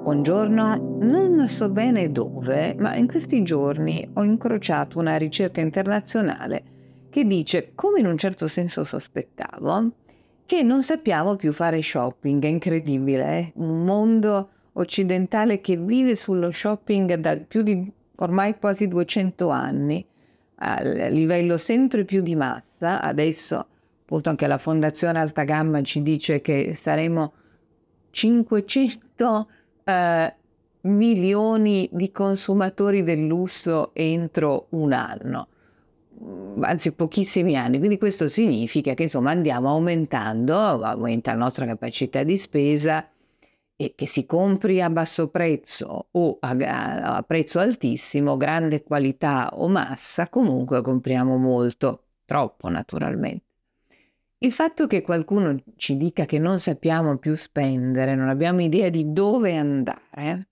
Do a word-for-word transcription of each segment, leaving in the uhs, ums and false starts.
Buongiorno, non so bene dove, ma in questi giorni ho incrociato una ricerca internazionale che dice, come in un certo senso sospettavo, che non sappiamo più fare shopping. È incredibile, eh? Un mondo occidentale che vive sullo shopping da più di ormai quasi duecento anni, a livello sempre più di massa. Adesso appunto anche la Fondazione Alta Gamma ci dice che saremo cinquecento eh, milioni di consumatori del lusso entro un anno, mm, anzi pochissimi anni. Quindi questo significa che insomma andiamo aumentando, aumenta la nostra capacità di spesa, e che si compri a basso prezzo o a, a prezzo altissimo, grande qualità o massa, comunque compriamo molto, troppo naturalmente. Il fatto che qualcuno ci dica che non sappiamo più spendere, non abbiamo idea di dove andare,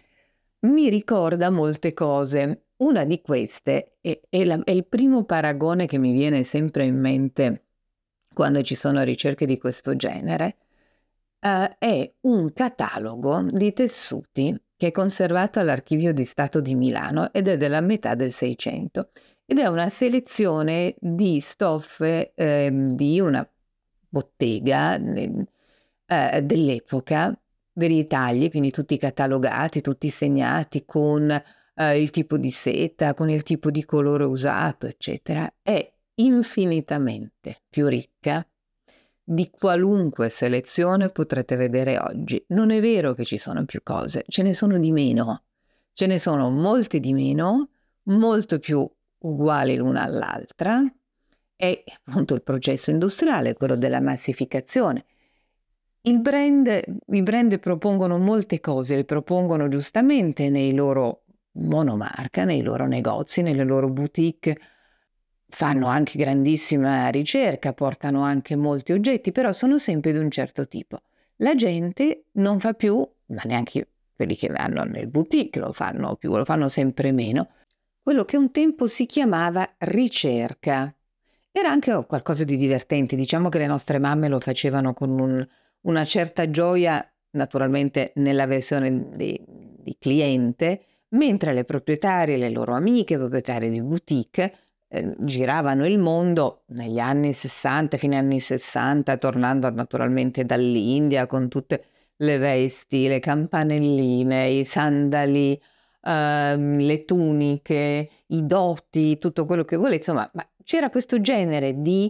mi ricorda molte cose. Una di queste è, è la- è il primo paragone che mi viene sempre in mente quando ci sono ricerche di questo genere. Eh, è un catalogo di tessuti che è conservato all'Archivio di Stato di Milano ed è della metà del Seicento. Ed è una selezione di stoffe ehm, di una bottega ne- eh, dell'epoca, dei tagli, quindi tutti catalogati, tutti segnati con eh, il tipo di seta, con il tipo di colore usato, eccetera. È infinitamente più ricca di qualunque selezione potrete vedere oggi. Non è vero che ci sono più cose, ce ne sono di meno. Ce ne sono molte di meno, molto più uguali l'una all'altra. È appunto il processo industriale, quello della massificazione. Il brand, I brand propongono molte cose, le propongono giustamente nei loro monomarca, nei loro negozi, nelle loro boutique. Fanno anche grandissima ricerca, portano anche molti oggetti, però sono sempre di un certo tipo. La gente non fa più, ma neanche quelli che vanno nel boutique lo fanno più, lo fanno sempre meno, quello che un tempo si chiamava ricerca. Era anche oh, qualcosa di divertente, diciamo che le nostre mamme lo facevano con un- una certa gioia, naturalmente nella versione di, di cliente, mentre le proprietarie, le loro amiche, proprietarie di boutique, eh, giravano il mondo negli anni sessanta, fine anni sessanta, tornando naturalmente dall'India con tutte le vesti, le campanelline, i sandali, ehm, le tuniche, i doti, tutto quello che volete, insomma, ma c'era questo genere di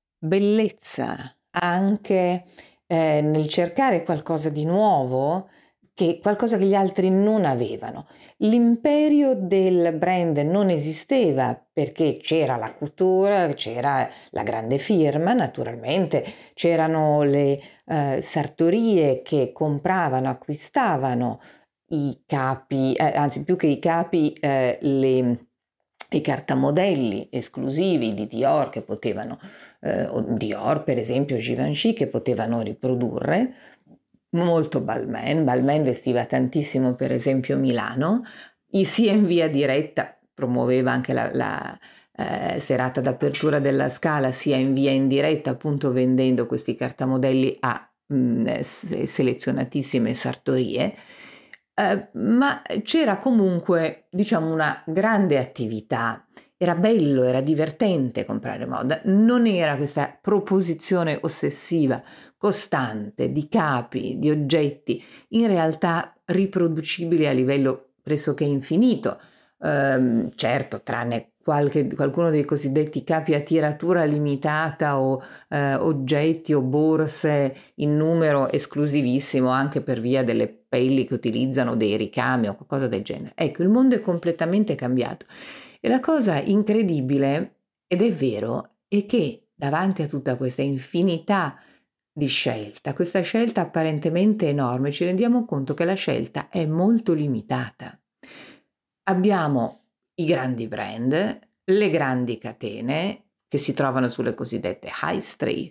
bellezza anche eh, nel cercare qualcosa di nuovo, che qualcosa che gli altri non avevano. L'imperio del brand non esisteva perché c'era la couture, c'era la grande firma, naturalmente, c'erano le eh, sartorie che compravano, acquistavano i capi, eh, anzi più che i capi, eh, le, i cartamodelli esclusivi di Dior che potevano, eh, o Dior per esempio, Givenchy che potevano riprodurre, molto Balmain, Balmain vestiva tantissimo per esempio Milano, i sia in via diretta, promuoveva anche la, la eh, serata d'apertura della Scala, sia in via in diretta appunto vendendo questi cartamodelli a mh, selezionatissime sartorie. Eh, ma c'era comunque, diciamo, una grande attività. Era bello, era divertente comprare moda, non era questa proposizione ossessiva, costante di capi, di oggetti, in realtà riproducibili a livello pressoché infinito. Ehm, certo, tranne qualche, qualcuno dei cosiddetti capi a tiratura limitata o eh, oggetti o borse in numero esclusivissimo anche per via delle pelli che utilizzano, dei ricami o qualcosa del genere. Ecco, il mondo è completamente cambiato. E la cosa incredibile, ed è vero, è che davanti a tutta questa infinità di scelta, questa scelta apparentemente enorme, ci rendiamo conto che la scelta è molto limitata. Abbiamo i grandi brand, le grandi catene che si trovano sulle cosiddette high street.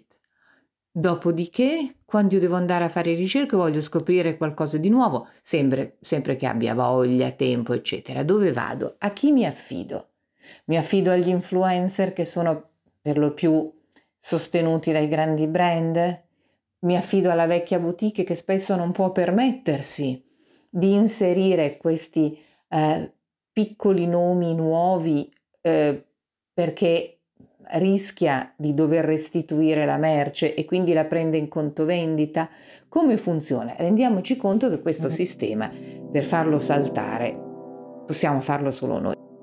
Dopodiché, quando io devo andare a fare ricerche, voglio scoprire qualcosa di nuovo, sempre, sempre che abbia voglia, tempo, eccetera. Dove vado? A chi mi affido? Mi affido agli influencer che sono per lo più sostenuti dai grandi brand? Mi affido alla vecchia boutique che spesso non può permettersi di inserire questi eh, piccoli nomi nuovi eh, perché rischia di dover restituire la merce e quindi la prende in conto vendita? Come funziona? Rendiamoci conto che questo sistema, per farlo saltare, possiamo farlo solo noi.